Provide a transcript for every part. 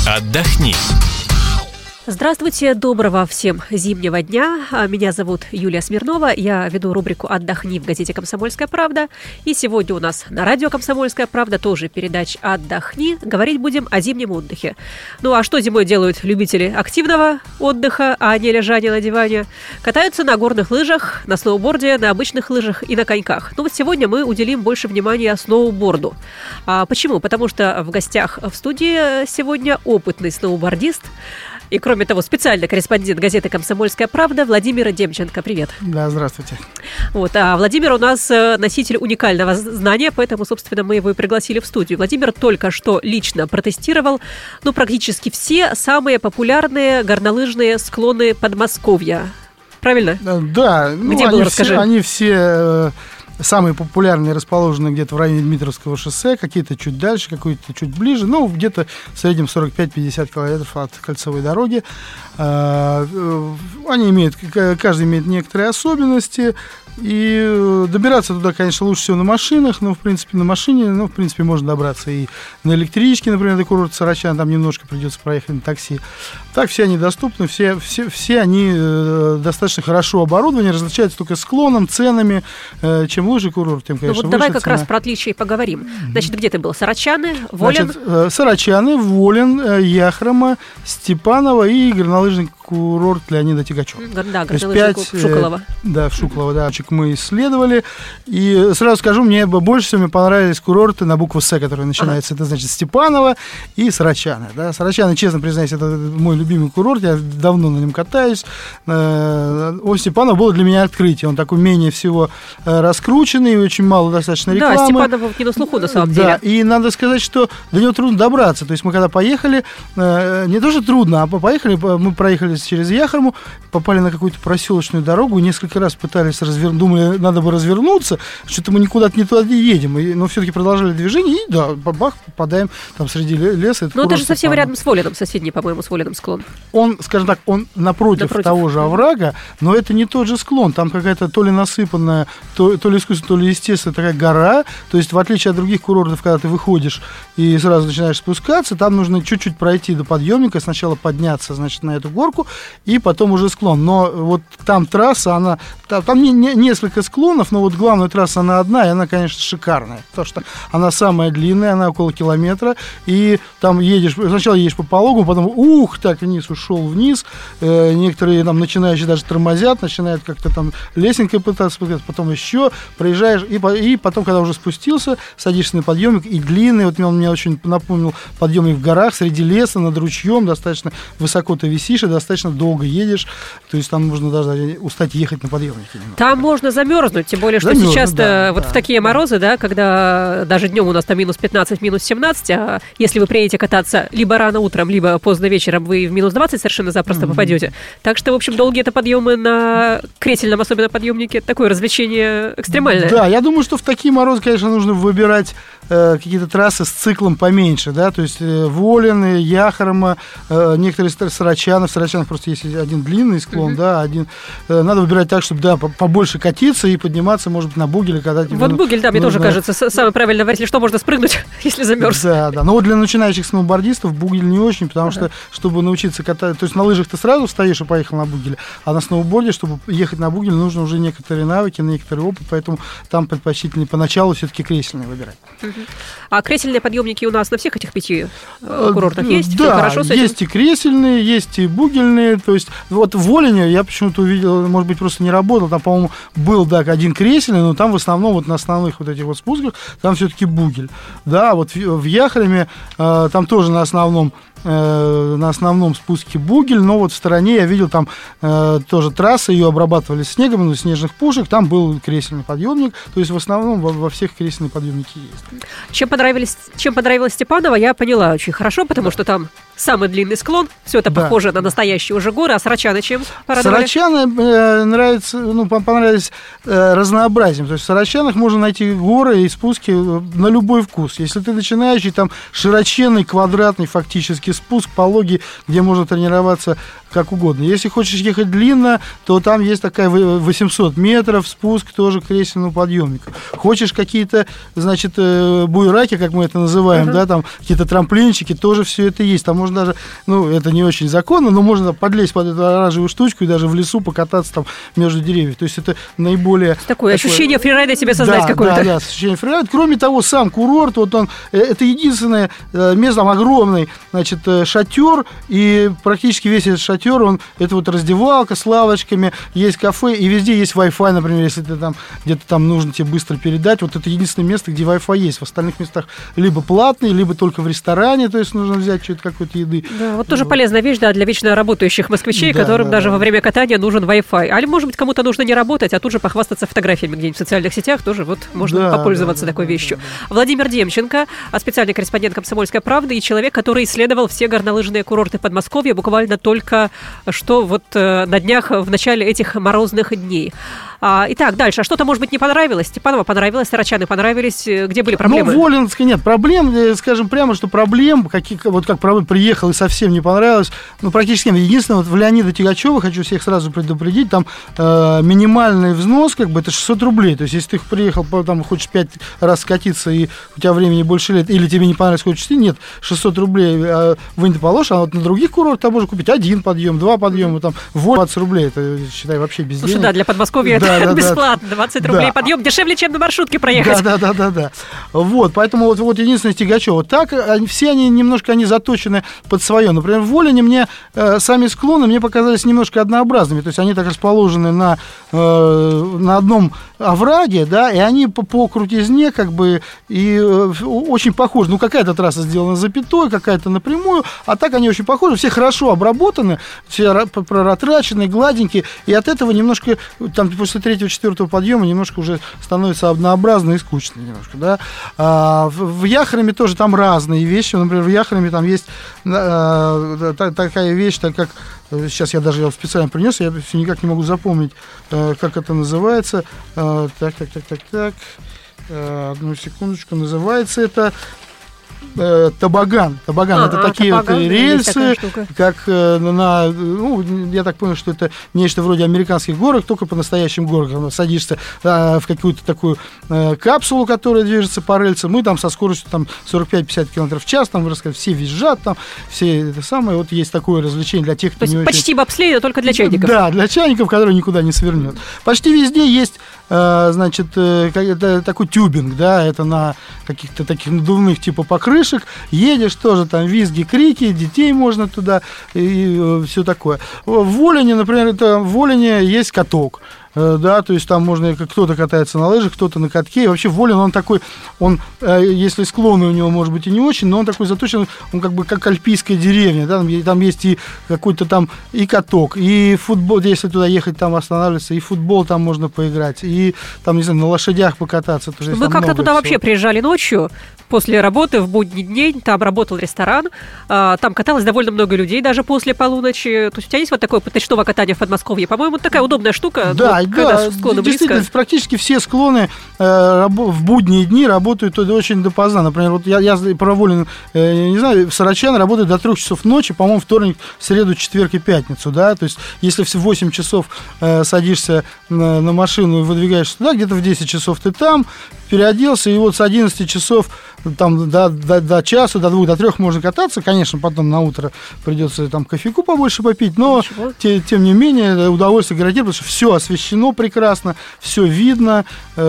Отдохни. Здравствуйте, доброго всем зимнего дня. Меня зовут Юлия Смирнова, я веду рубрику «Отдохни» в газете «Комсомольская правда». И сегодня у нас на радио «Комсомольская правда» тоже передача «Отдохни». Говорить будем о зимнем отдыхе. Ну а что зимой делают любители активного отдыха, а не лежания на диване? Катаются на горных лыжах, на сноуборде, на обычных лыжах и на коньках. Но вот сегодня мы уделим больше внимания сноуборду. Почему? Потому что в гостях в студии сегодня опытный сноубордист, и, кроме того, специальный корреспондент газеты «Комсомольская правда» Владимир Демченко. Привет. Да, здравствуйте. А Владимир у нас носитель уникального знания, поэтому, собственно, мы его и пригласили в студию. Владимир только что лично протестировал, практически все самые популярные горнолыжные склоны Подмосковья. Правильно? Да. Где было, расскажи. Они все... Самые популярные расположены где-то в районе Дмитровского шоссе, какие-то чуть дальше, какие-то чуть ближе, где-то в среднем 45-50 километров от кольцевой дороги. Каждый имеет некоторые особенности, и добираться туда, конечно, лучше всего на машинах, но, в принципе, на машине, можно добраться и на электричке, например, до курорта Сарачан, там немножко придется проехать на такси. Так все они доступны, все они достаточно хорошо оборудованы, различаются только склоном, ценами. Чем лучше курорт, тем, конечно, давай выше как цена. раз про отличия и поговорим. Значит, где ты был? Сарачаны, Волен? Сарачаны, Волен, Яхрома, Степаново и горнолыжный курорт Леонида Тягачева. Да, горнолыжный курорт Шуколово. Да, в Шуколово, мы исследовали. И сразу скажу, больше всего мне понравились курорты на букву «С», которые начинаются. Это значит Степаново и Сарачаны. Да? Сарачаны, честно признаюсь, это мой любимый курорт. Я давно на нем катаюсь. Степаново было для меня открытие. Он такой менее всего раскрученный, очень мало достаточно рекламы. Да, Степаново не на слуху, на самом деле. Да, и надо сказать, что до него трудно добраться. То есть мы когда поехали, не то что трудно, мы проехали через Яхрому, попали на какую-то проселочную дорогу, несколько раз пытались думали, надо бы развернуться, что-то мы никуда не туда не едем, но все-таки продолжали движение, и попадаем там среди леса. Но это же совсем рядом с Воленом, соседний, по-моему, с Воленом склон. Он, скажем так, он напротив того же оврага, но это не тот же склон, там какая-то то ли насыпанная, то ли искусственная, то ли естественная такая гора, то есть в отличие от других курортов, когда ты выходишь и сразу начинаешь спускаться, там нужно чуть-чуть пройти до подъемника, сначала подняться, значит, на эту горку, и потом уже склон. Но вот там трасса, там несколько склонов, но вот главная трасса, она одна, и она, конечно, шикарная, потому что она самая длинная, она около километра, и там сначала едешь по пологу, потом так вниз ушел вниз, некоторые там начинающие даже тормозят, начинают как-то там лесенкой пытаться спускаться, потом еще проезжаешь, и потом, когда уже спустился, садишься на подъемник, и длинный, вот он мне очень напомнил подъемник в горах, среди леса, над ручьем, достаточно высоко ты висишь, и достаточно долго едешь, то есть там можно даже устать ехать на подъемнике. Там можно замерзнуть, тем более, что сейчас-то в такие морозы, да, когда даже днем у нас там минус 15, минус 17, а если вы приедете кататься либо рано утром, либо поздно вечером, вы в минус 20 совершенно запросто попадете. Так что, в общем, долгие это подъемы на кресельном, особенно подъемнике, такое развлечение экстремальное. Да, я думаю, что в такие морозы, конечно, нужно выбирать какие-то трассы с циклом поменьше, да, то есть Волен, Яхрома, некоторые Сарачаны. В Сарачанах просто есть один длинный склон, да, один. Надо выбирать так, чтобы, да, побольше катиться и подниматься, может быть, на Бугеле, когда тебе... Вот Бугель, да, мне тоже кажется, самый правильный вариант, если что, можно спрыгнуть, если замерз. Да. Но вот для начинающих сноубордистов Бугель не очень, потому что, чтобы научиться кататься, то есть на лыжах ты сразу встаешь и поехал на Бугеле, а на сноуборде, чтобы ехать на Бугеле, нужно уже некоторые навыки, некоторый опыт, поэтому там предпочтительнее поначалу все-таки кресельные выбирать. А кресельные подъемники у нас на всех этих 5 курортах есть? Да, хорошо с этим? Есть и кресельные, есть и бугельные. То есть вот в Волене я почему-то увидел, может быть, просто не работал, там, по-моему, был, да, один кресельный, но там в основном вот на основных вот этих вот спусках там все-таки бугель. Да, вот в Яхроме там тоже на основном спуске бугель, но вот в стороне я видел там тоже трасса, ее обрабатывали снегом, из снежных пушек, там был кресельный подъемник, то есть в основном во всех кресельные подъемники есть. Чем понравилось Степаново, я поняла очень хорошо, потому что там самый длинный склон, все это похоже на настоящие уже горы, а Сарачаны чем порадовали? Сарачаны понравились разнообразием, то есть в Сарачанах можно найти горы и спуски на любой вкус. Если ты начинающий, там широченный, квадратный фактически короткий спуск, пологий, где можно тренироваться как угодно. Если хочешь ехать длинно, то там есть такая 800 метров спуск тоже к кресельному подъемнику. Хочешь какие-то, значит, буераки, как мы это называем, да, там какие-то трамплинчики, тоже все это есть. Там можно даже, ну, это не очень законно, но можно подлезть под эту оранжевую штучку и даже в лесу покататься там между деревьев. То есть это наиболее... Такое ощущение фрирайда себе создать какое-то. Да, ощущение фрирайда. Кроме того, сам курорт, вот он, это единственное место, там огромный, значит, шатер, и практически весь этот шатер, это вот раздевалка с лавочками, есть кафе, и везде есть Wi-Fi, например, если ты там где-то там нужно тебе быстро передать. Вот это единственное место, где Wi-Fi есть. В остальных местах либо платный, либо только в ресторане, то есть нужно взять что-то, какой-то еды. Да, вот тоже полезная вещь, да, для вечно работающих москвичей, которым даже во время катания нужен Wi-Fi. А может быть, кому-то нужно не работать, а тут же похвастаться фотографиями где-нибудь в социальных сетях, тоже вот можно попользоваться такой вещью. Владимир Демченко, специальный корреспондент «Комсомольской правды» и человек, который исследовал все горнолыжные курорты Подмосковья буквально только что вот на днях в начале этих морозных дней. Итак, дальше. А что-то, может быть, не понравилось? Степаново понравилось, Сарачаны понравились. Где были проблемы? Ну, Волинска нет. Проблем, скажем прямо, что проблем, вот как приехал и совсем не понравилось, ну, практически нет. Единственное, вот в Леонида Тягачева, хочу всех сразу предупредить, там минимальный взнос, как бы, это 600 рублей. То есть, если ты приехал, там, хочешь 5 раз скатиться, и у тебя времени больше лет, или тебе не понравилось, хочешь идти, нет, 600 рублей вынь ты положишь, а вот на других курортах можно купить 1 подъем, 2 подъема, там, 20 рублей. Это, считай, вообще без денег. Слушай, да, для Подмосковья это бесплатно. 20 рублей подъем, дешевле, чем на маршрутке проехать. Да. Вот, поэтому вот единственное Тягачева. Так, все они немножко заточены под свое. Например, в Волине мне сами склоны мне показались немножко однообразными. То есть они так расположены на одном овраге, да, и они по крутизне, как бы, и очень похожи. Ну, какая-то трасса сделана запятой, какая-то напрямую, а так они очень похожи. Все хорошо обработаны, все протраченные, гладенькие, и от этого немножко, там, после 3-4 подъема немножко уже становится однообразно и скучно немножко, да. В Яхроме тоже там разные вещи. Например, в Яхроме там есть такая вещь, так как сейчас я даже специально принес, я все никак не могу запомнить, как это называется. Так. Одну секундочку. Называется это Тобоган. Это такие вот рельсы, как я так понял, что это нечто вроде американских горок, только по настоящим горкам. Садишься в какую-то такую капсулу, которая движется по рельсам, мы там со скоростью там 45-50 км в час, там все визжат, там все это самое. Вот есть такое развлечение для тех, кто не очень... Почти бобслей, но только для чайников. Да, для чайников, которые никуда не свернет. Почти везде есть, значит, такой тюбинг, да, это на каких-то таких надувных типа покрышек. Едешь, тоже там визги, крики, детей можно туда и все такое. В Волине, например, в Волине есть каток. Да, то есть там можно, кто-то катается на лыжах, кто-то на катке. И вообще Волин, он такой, если склоны у него, может быть, и не очень, но он такой заточен, он как бы как альпийская деревня, да, там есть и какой-то там и каток, и футбол, если туда ехать, там останавливаться, и футбол там можно поиграть, и там, не знаю, на лошадях покататься. Мы как-то туда вообще приезжали ночью, после работы, в будний день, там работал ресторан, там каталось довольно много людей, даже после полуночи. То есть у тебя есть вот такое ночное катание в Подмосковье? По-моему, такая удобная штука. Да, действительно, практически все склоны в будние дни работают очень допоздна. Например, вот я про Волин, не знаю, в Сарачане работает до 3 часов ночи, по-моему, вторник, среду, четверг и пятницу, да, то есть если в 8 часов садишься на машину и выдвигаешься туда, где-то в 10 часов ты там, переоделся, и вот с 11 часов там до часа, до 2, до 3 можно кататься. Конечно, потом на утро придется там кофейку побольше попить, но тем не менее удовольствие гарантирует, потому что все освещено прекрасно, все видно,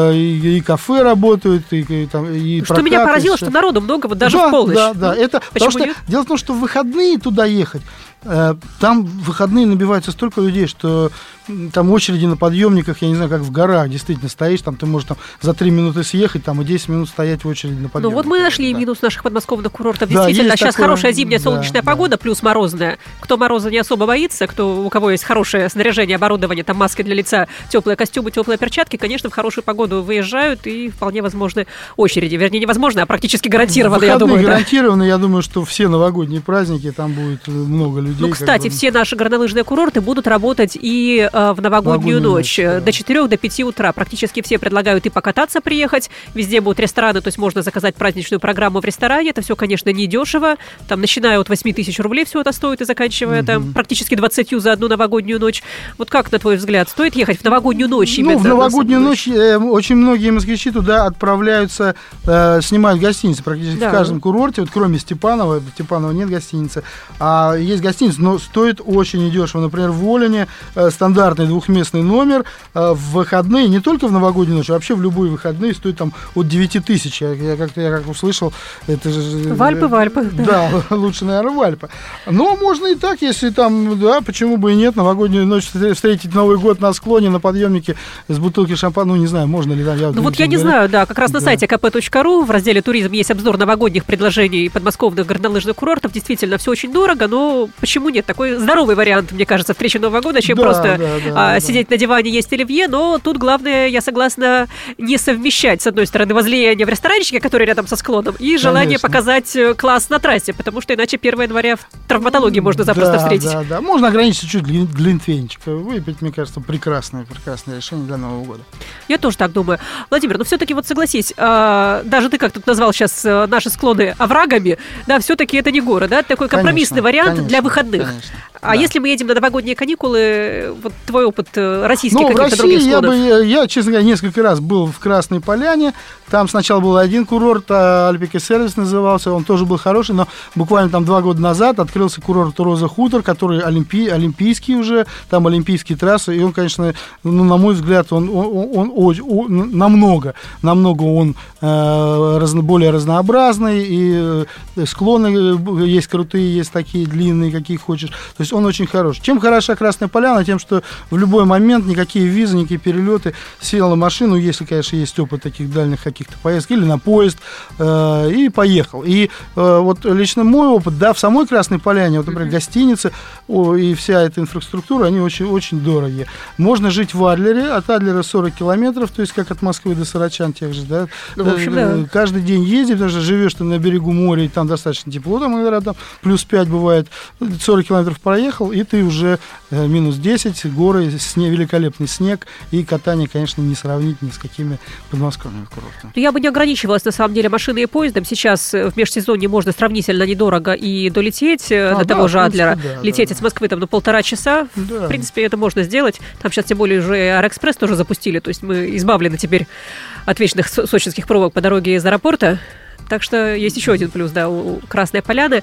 и кафе работают, и прокат. Что меня поразило, что народу много, вот даже в полночь. Да. Это, потому что дело в том, что в выходные туда ехать, там в выходные набивается столько людей, что там очереди на подъемниках, я не знаю, как в горах, действительно, стоишь, там ты можешь там за 3 минуты съехать, там и 10 минут стоять в очереди на подъемниках. Ну вот мы нашли минус наших подмосковных курортов. Действительно, сейчас такое, хорошая зимняя солнечная погода, плюс морозная. Кто мороза не особо боится, у кого есть хорошее снаряжение, оборудование, там маски для лица, теплые костюмы, теплые перчатки, конечно, в хорошую погоду выезжают, и вполне возможны очереди. Вернее, невозможно, а практически гарантированно, я думаю. Гарантированно, я думаю, что все новогодние праздники, там будет много людей. Ну, кстати, все наши горнолыжные курорты будут работать и в новогоднюю ночь, да. До 4 до 5 утра. Практически все предлагают и покататься приехать. Везде будут рестораны, то есть можно заказать праздничную программу в ресторане. Это все, конечно, недешево. Там, начиная от 8 тысяч рублей все это стоит и заканчивая там практически 20 за одну новогоднюю ночь. Вот как, на твой взгляд, стоит ехать в новогоднюю ночь? Ну, в новогоднюю ночь очень многие москвичи туда отправляются, снимают гостиницы практически в каждом курорте, вот кроме Степанова. В Степаново нет гостиницы, а есть гостиница, но стоит очень недешево. Например, в Волине стандартный двухместный номер в выходные, не только в новогоднюю ночь, а вообще в любые выходные стоит там от 9 тысяч. Я как услышал, это же... В Альпы. Да, лучше, наверное, в Альпы. Но можно и так, если там, да, почему бы и нет, новогоднюю ночь встретить Новый год на склоне, на подъемнике с бутылки шампана, ну, не знаю, можно ли там... Я не знаю, да, как раз на сайте kp.ru в разделе «Туризм» есть обзор новогодних предложений подмосковных горнолыжных курортов. Действительно, все очень дорого, но почему нет? Такой здоровый вариант, мне кажется, встречи Нового года, чем сидеть на диване, есть оливье, но тут главное, я согласна, не совмещать, с одной стороны, возлияние в ресторанчике, который рядом со склоном, и желание показать класс на трассе, потому что иначе 1 января в травматологии можно запросто встретить. Да. Можно ограничить чуть глинтвейнчика выпить, мне кажется, прекрасное решение для Нового года. Я тоже так думаю. Владимир, но все-таки вот согласись, даже ты как тут назвал сейчас наши склоны оврагами, да, все-таки это не горы, да, такой компромиссный вариант для выходных. Конечно. А если мы едем на новогодние каникулы, вот твой опыт российских каких-то других склонов? Я, честно говоря, несколько раз был в Красной Поляне. Там сначала был один курорт, Альпика Сервис назывался, он тоже был хороший, но буквально там 2 года назад открылся курорт Роза Хутор, который олимпийский уже, там олимпийские трассы, и он, конечно, ну, на мой взгляд, он намного он более разнообразный, и склоны есть крутые, есть такие длинные, какие хочешь. То есть он очень хорош. Чем хороша Красная Поляна? Тем, что в любой момент никакие визы, никакие перелеты, сел на машину, если, конечно, есть опыт таких дальних каких-то поездок, или на поезд, и поехал. И вот лично мой опыт, да, в самой Красной Поляне, вот, например, гостиницы и вся эта инфраструктура, они очень дорогие. Можно жить в Адлере, от Адлера 40 километров, то есть как от Москвы до Сарачан тех же, да. Ну, в общем, да. Каждый день ездить, потому что живешь ты на берегу моря, и там достаточно тепло, там, наверное, там плюс 5 бывает, 40 километров проехал, и ты уже минус 10, горы, великолепный снег, и катание, конечно, не сравнить ни с какими подмосковными курортами. Я бы не ограничивалась, на самом деле, машиной и поездом. Сейчас в межсезонье можно сравнительно недорого и долететь до того же Адлера. Лететь из Москвы там на 1,5 часа. Да. В принципе, это можно сделать. Там сейчас, тем более, уже Аэроэкспресс тоже запустили. То есть мы избавлены теперь от вечных сочинских пробок по дороге из аэропорта. Так что есть еще один плюс, да, у Красной Поляны.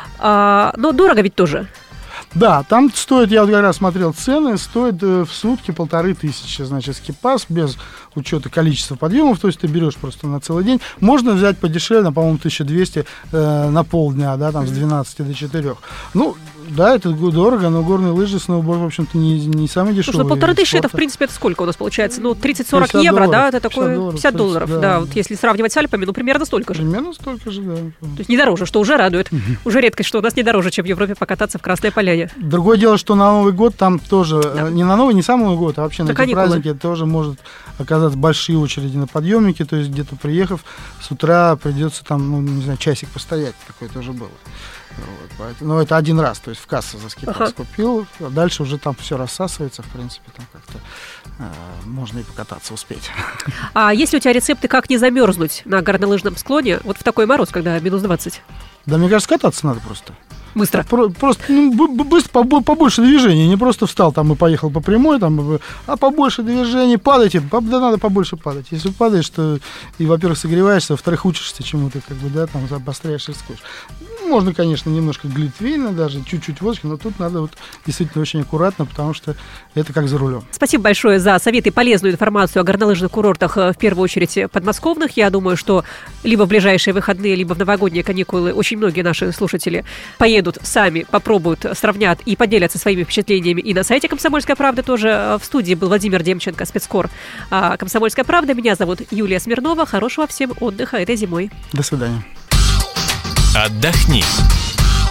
Но дорого ведь тоже. Да, там стоит, я вот как раз смотрел цены, стоит в сутки 1500, значит, скипас, без учета количества подъемов, то есть ты берешь просто на целый день. Можно взять подешевле, по-моему, 1200 на полдня, да, там с 12 до 4. Ну, да, это дорого, но горные лыжи, сноуборд, в общем-то, не самый дешевый. Слушай, 1500, это, в принципе, это сколько у нас получается? Ну, 30-40 евро, да, это такое 50 долларов, да, вот если сравнивать с Альпами, ну, примерно столько же. Примерно столько же, да. То есть не дороже, что уже радует. Уже редкость, что у нас не дороже, чем в Европе покататься в Красной Поляне. Другое дело, что на Новый год там тоже, не на Новый, не сам Новый год, а вообще на эти праздники тоже может оказаться большие очереди на подъемнике, то есть где-то приехав с утра придется там, ну, не знаю, часик постоять, такое тоже было. Вот, поэтому, но это один раз, то есть в кассу за скипас купил, а дальше уже там все рассасывается, в принципе, там как-то можно и покататься успеть. А есть ли у тебя рецепты, как не замерзнуть на горнолыжном склоне вот в такой мороз, когда минус 20? Да, мне кажется, кататься надо просто. Быстро. Просто быстро, побольше движений. Не просто встал там и поехал по прямой, там, а побольше движений. Падайте, да, надо побольше падать. Если падаешь, то и, во-первых, согреваешься, во-вторых, учишься чему-то, как бы, да, там, обостряешь рискуешь. Можно, конечно, немножко глинтвейна, даже чуть-чуть водки, но тут надо вот действительно очень аккуратно, потому что это как за рулем. Спасибо большое за советы и полезную информацию о горнолыжных курортах, в первую очередь подмосковных. Я думаю, что либо в ближайшие выходные, либо в новогодние каникулы очень многие наши слушатели поедут сами, попробуют, сравнят и поделятся своими впечатлениями. И на сайте «Комсомольская правда» тоже. В студии был Владимир Демченко, спецкор «Комсомольская правда». Меня зовут Юлия Смирнова. Хорошего всем отдыха этой зимой. До свидания. Отдохни.